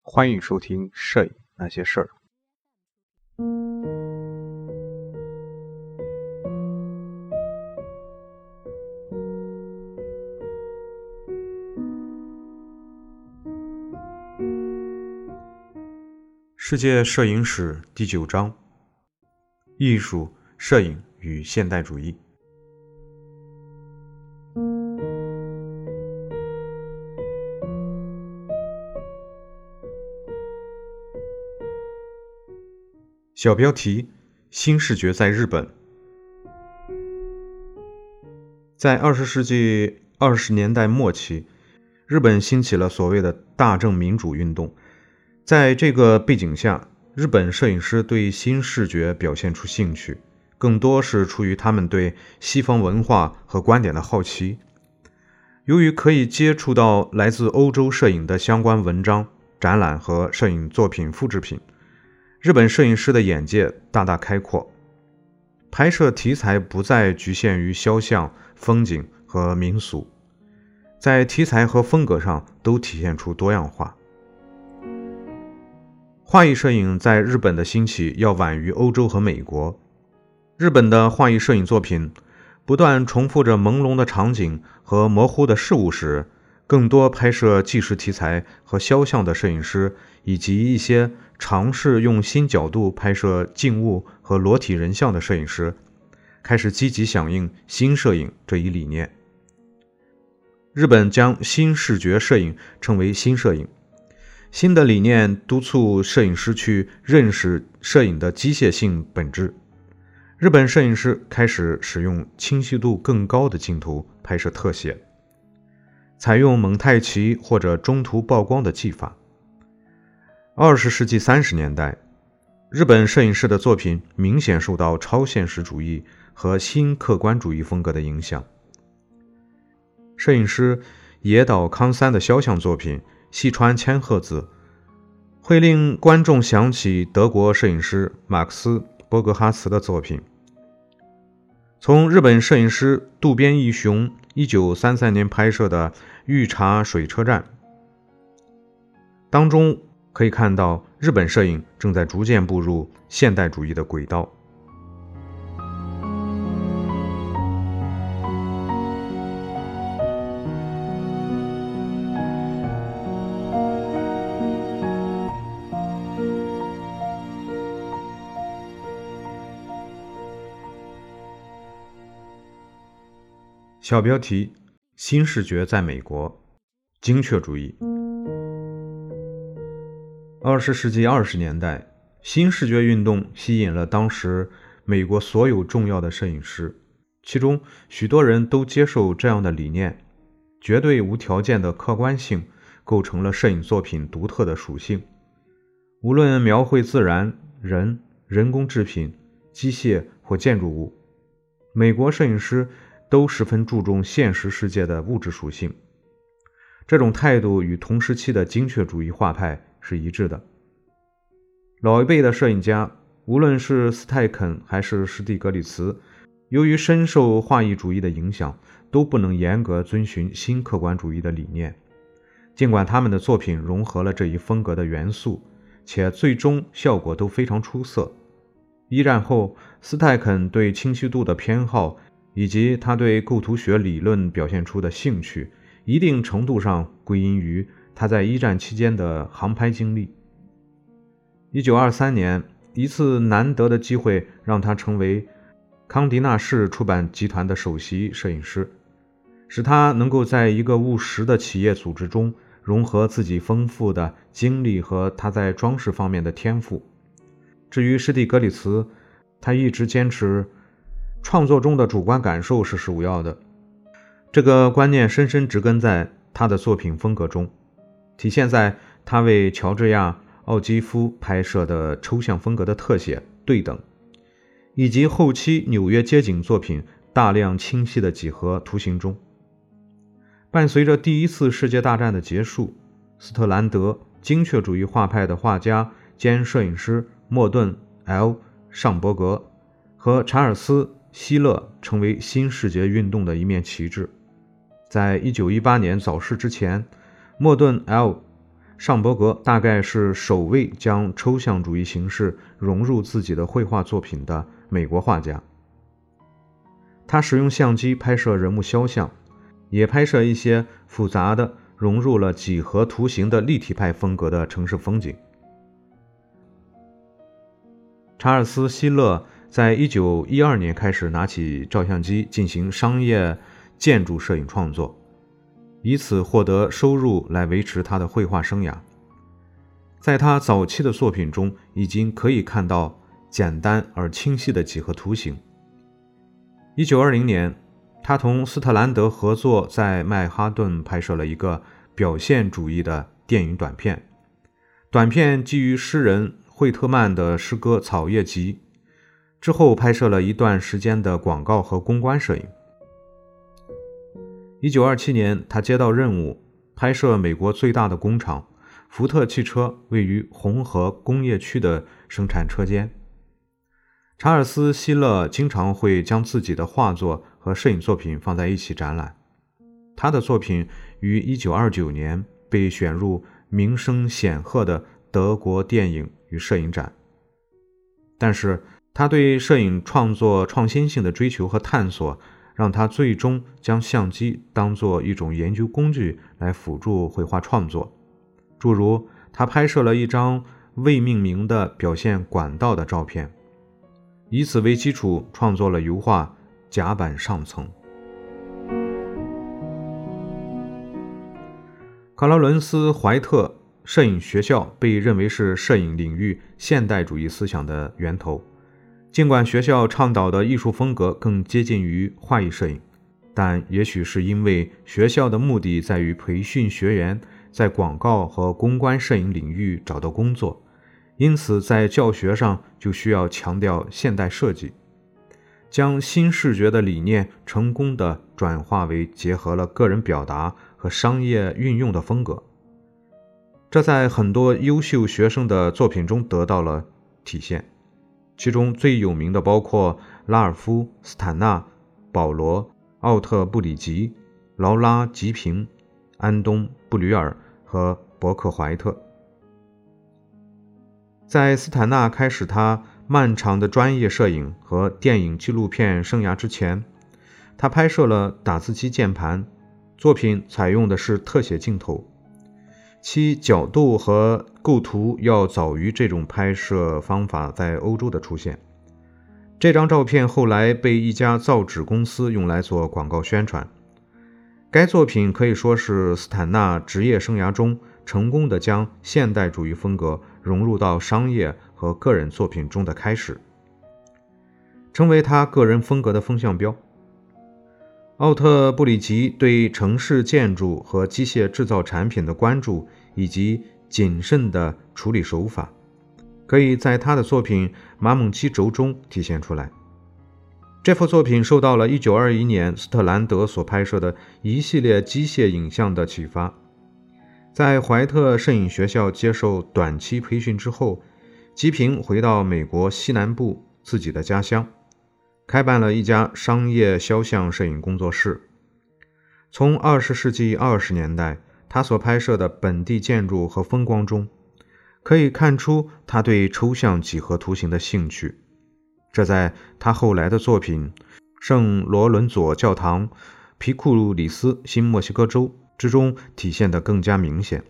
欢迎收听《摄影那些事儿》。世界摄影史第9章：艺术、摄影与现代主义。小标题：新视觉在日本。在20世纪20年代末期，日本兴起了所谓的大正民主运动。在这个背景下，日本摄影师对新视觉表现出兴趣，更多是出于他们对西方文化和观点的好奇。由于可以接触到来自欧洲摄影的相关文章、展览和摄影作品复制品，日本摄影师的眼界大大开阔，拍摄题材不再局限于肖像、风景和民俗，在题材和风格上都体现出多样化。画意摄影在日本的兴起要晚于欧洲和美国。日本的画意摄影作品不断重复着朦胧的场景和模糊的事物时，更多拍摄纪实题材和肖像的摄影师，以及一些尝试用新角度拍摄静物和裸体人像的摄影师，开始积极响应新摄影这一理念。日本将新视觉摄影称为新摄影。新的理念督促摄影师去认识摄影的机械性本质。日本摄影师开始使用清晰度更高的镜头拍摄特写，采用蒙太奇或者中途曝光的技法。20世纪30年代，日本摄影师的作品明显受到超现实主义和新客观主义风格的影响。摄影师野岛康三的肖像作品细川千鹤子会令观众想起德国摄影师马克思·波格哈茨的作品。从日本摄影师渡边义雄1933年拍摄的御茶水车站当中，可以看到日本摄影正在逐渐步入现代主义的轨道。小标题：新视觉在美国，精确主义。20世纪20年代，新视觉运动吸引了当时美国所有重要的摄影师，其中许多人都接受这样的理念：绝对无条件的客观性构成了摄影作品独特的属性。无论描绘自然、人、人工制品、机械或建筑物，美国摄影师都十分注重现实世界的物质属性。这种态度与同时期的精确主义画派是一致的。老一辈的摄影家，无论是斯泰肯还是施蒂格里茨，由于深受画意主义的影响，都不能严格遵循新客观主义的理念。尽管他们的作品融合了这一风格的元素，且最终效果都非常出色。一战后，斯泰肯对清晰度的偏好以及他对构图学理论表现出的兴趣，一定程度上归因于他在一战期间的航拍经历。1923年，一次难得的机会让他成为康迪纳士出版集团的首席摄影师，使他能够在一个务实的企业组织中融合自己丰富的经历和他在装饰方面的天赋。至于施蒂格里茨，他一直坚持创作中的主观感受是首要的，这个观念深深植根在他的作品风格中，体现在他为乔治亚·奥基夫拍摄的抽象风格的特写、对等，以及后期纽约街景作品大量清晰的几何图形中。伴随着第一次世界大战的结束，斯特兰德精确主义画派的画家兼摄影师莫顿 ·L. 尚伯格和查尔斯希勒成为新视觉运动的一面旗帜。在1918年早逝之前，莫顿 L. 尚伯格大概是首位将抽象主义形式融入自己的绘画作品的美国画家。他使用相机拍摄人物肖像，也拍摄一些复杂的融入了几何图形的立体派风格的城市风景。查尔斯·希勒在1912年开始拿起照相机进行商业建筑摄影创作，以此获得收入来维持他的绘画生涯。在他早期的作品中，已经可以看到简单而清晰的几何图形。1920年，他同斯特兰德合作，在曼哈顿拍摄了一个表现主义的电影短片。短片基于诗人惠特曼的诗歌《草叶集》，之后拍摄了一段时间的广告和公关摄影。1927年，他接到任务，拍摄美国最大的工厂福特汽车位于红河工业区的生产车间。查尔斯·希勒经常会将自己的画作和摄影作品放在一起展览。他的作品于1929年被选入名声显赫的德国电影与摄影展。但是他对摄影创作创新性的追求和探索，让他最终将相机当作一种研究工具来辅助绘画创作。诸如他拍摄了一张未命名的表现管道的照片，以此为基础创作了油画《甲板上层》。卡劳伦斯·怀特摄影学校被认为是摄影领域现代主义思想的源头。尽管学校倡导的艺术风格更接近于画意摄影，但也许是因为学校的目的在于培训学员在广告和公关摄影领域找到工作，因此在教学上就需要强调现代设计，将新视觉的理念成功地转化为结合了个人表达和商业运用的风格。这在很多优秀学生的作品中得到了体现，其中最有名的包括拉尔夫·斯坦纳、保罗·奥特布里吉、劳拉·吉平、安东·布吕尔和伯克怀特。在斯坦纳开始他漫长的专业摄影和电影纪录片生涯之前，他拍摄了打字机键盘，作品采用的是特写镜头，其角度和构图要早于这种拍摄方法在欧洲的出现。这张照片后来被一家造纸公司用来做广告宣传。该作品可以说是斯坦纳职业生涯中成功地将现代主义风格融入到商业和个人作品中的开始，成为他个人风格的风向标。奥特布里吉对城市建筑和机械制造产品的关注以及谨慎的处理手法，可以在他的作品《马蒙基轴》中体现出来。这幅作品受到了1921年斯特兰德所拍摄的一系列机械影像的启发。在怀特摄影学校接受短期培训之后，吉平回到美国西南部自己的家乡，开办了一家商业肖像摄影工作室。从20世纪20年代他所拍摄的本地建筑和风光中，可以看出他对抽象几何图形的兴趣。这在他后来的作品《圣罗伦佐教堂、皮库里斯、新墨西哥州》之中体现得更加明显。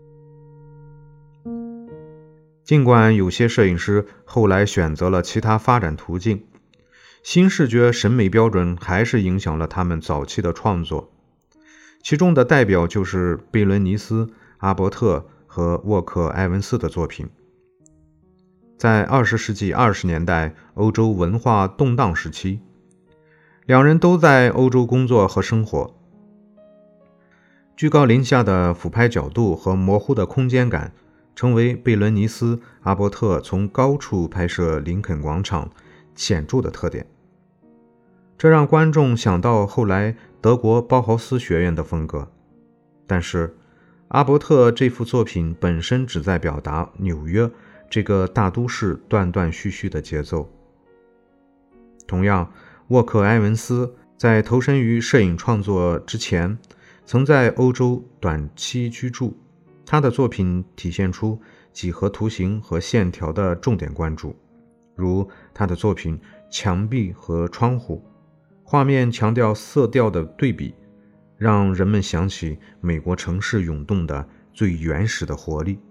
尽管有些摄影师后来选择了其他发展途径，新视觉审美标准还是影响了他们早期的创作。其中的代表就是贝伦尼斯、阿伯特和沃克·埃文斯的作品。在20世纪20年代欧洲文化动荡时期，两人都在欧洲工作和生活。居高临下的俯拍角度和模糊的空间感成为贝伦尼斯、阿伯特从高处拍摄林肯广场显著的特点，这让观众想到后来德国包豪斯学院的风格。但是阿伯特这幅作品本身只在表达纽约这个大都市断断续续的节奏。同样，沃克·埃文斯在投身于摄影创作之前，曾在欧洲短期居住。 他的作品体现出几何图形和线条的重点关注，如他的作品《墙壁和窗户》，画面强调色调的对比，让人们想起美国城市涌动的最原始的活力。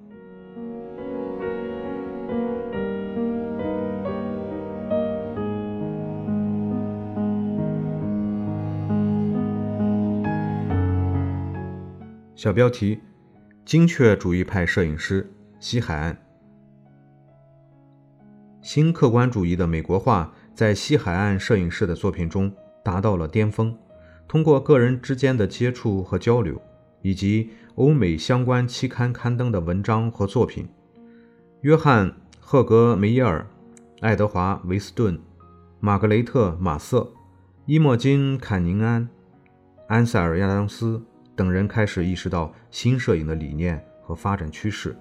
小标题：精确主义派摄影师西海岸。新客观主义的美国化在西海岸摄影师的作品中达到了巅峰，通过个人之间的接触和交流，以及欧美相关期刊刊登的文章和作品，约翰·赫格梅耶尔、爱德华·维斯顿、玛格雷特·马瑟、伊莫金·坎宁安、安塞尔·亚当斯等人开始意识到新摄影的理念和发展趋势。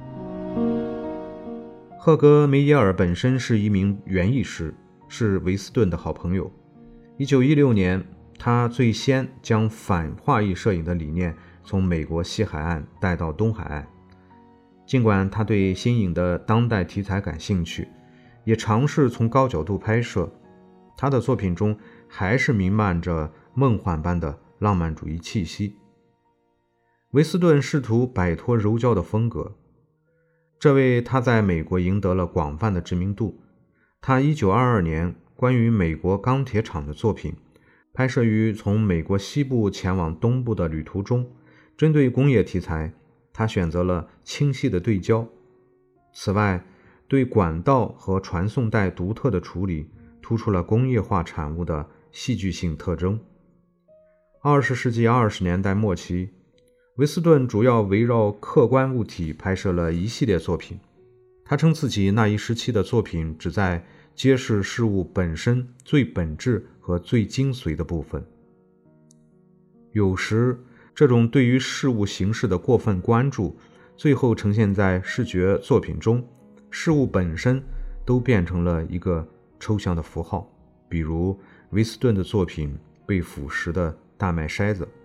赫格梅耶尔本身是一名园艺师，是维斯顿的好朋友。1916年，他最先将反画意摄影的理念从美国西海岸带到东海岸。尽管他对新颖的当代题材感兴趣，也尝试从高角度拍摄，他的作品中还是弥漫着梦幻般的浪漫主义气息。维斯顿试图摆脱柔焦的风格，这为他在美国赢得了广泛的知名度。他1922年关于美国钢铁厂的作品，拍摄于从美国西部前往东部的旅途中，针对工业题材，他选择了清晰的对焦。此外，对管道和传送带独特的处理，突出了工业化产物的戏剧性特征。20世纪20年代末期，维斯顿主要围绕客观物体拍摄了一系列作品。他称自己那一时期的作品旨在揭示事物本身最本质和最精髓的部分。有时，这种对于事物形式的过分关注，最后呈现在视觉作品中，事物本身都变成了一个抽象的符号，比如维斯顿的作品《被腐蚀的大麦筛子》。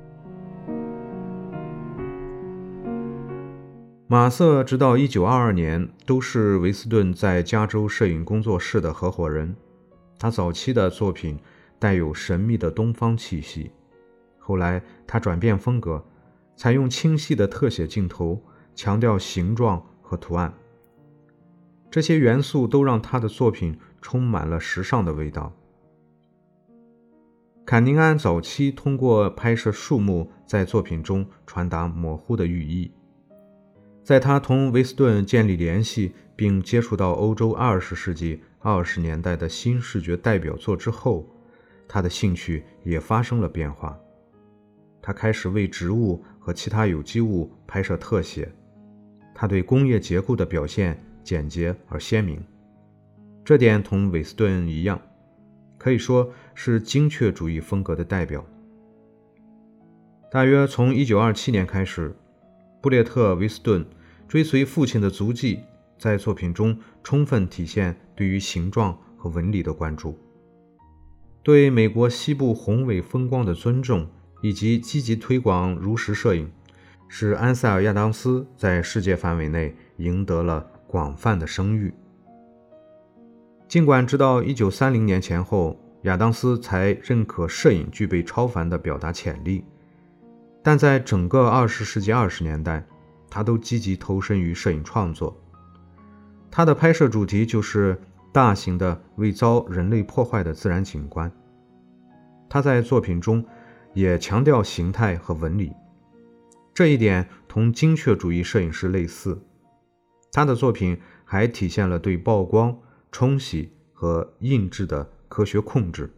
马瑟直到1922年都是维斯顿在加州摄影工作室的合伙人。他早期的作品带有神秘的东方气息，后来他转变风格，采用清晰的特写镜头，强调形状和图案。这些元素都让他的作品充满了时尚的味道。坎宁安早期通过拍摄树木在作品中传达模糊的寓意。在他同维斯顿建立联系并接触到欧洲20世纪20年代的新视觉代表作之后，他的兴趣也发生了变化。他开始为植物和其他有机物拍摄特写，他对工业结构的表现简洁而鲜明，这点同韦斯顿一样，可以说是精确主义风格的代表。大约从1927年开始，布列特·维斯顿追随父亲的足迹，在作品中充分体现对于形状和纹理的关注，对美国西部宏伟风光的尊重，以及积极推广如实摄影，使安塞尔·亚当斯在世界范围内赢得了广泛的声誉。尽管直到1930年前后，亚当斯才认可摄影具备超凡的表达潜力，但在整个20世纪20年代，他都积极投身于摄影创作。他的拍摄主题就是大型的未遭人类破坏的自然景观。他在作品中也强调形态和纹理，这一点同精确主义摄影师类似。他的作品还体现了对曝光、冲洗和印制的科学控制。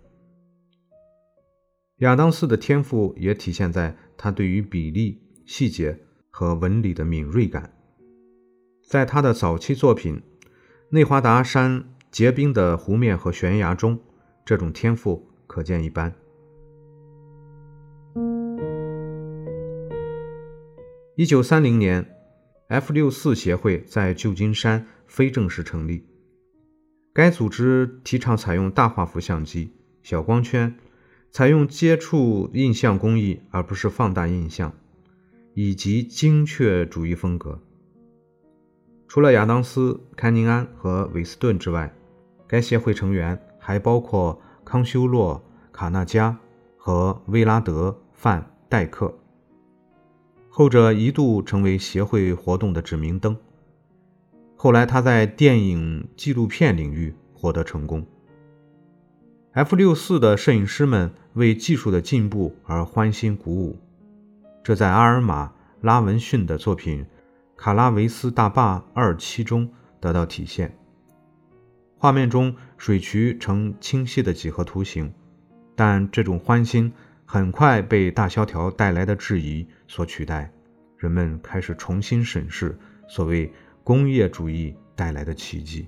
亚当斯的天赋也体现在他对于比例、细节和纹理的敏锐感。在他的早期作品《内华达山结冰的湖面和悬崖》中，这种天赋可见一斑。1930年 F64 协会在旧金山非正式成立，该组织提倡采用大画幅相机、小光圈，采用接触印象工艺而不是放大印象， 以及精确主义风格。除了亚当斯、坎宁安和韦斯顿之外，该协会成员还包括康修洛、卡纳加和威拉德·范戴克，后者一度成为协会活动的指明灯。后来他在电影纪录片领域获得成功。F64 的摄影师们为技术的进步而欢欣鼓舞，这在阿尔玛·拉文逊的作品《卡拉维斯大坝2期》中得到体现。画面中水渠呈清晰的几何图形，但这种欢欣很快被大萧条带来的质疑所取代，人们开始重新审视所谓工业主义带来的奇迹。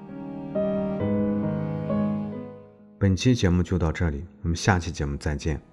本期节目就到这里，我们下期节目再见。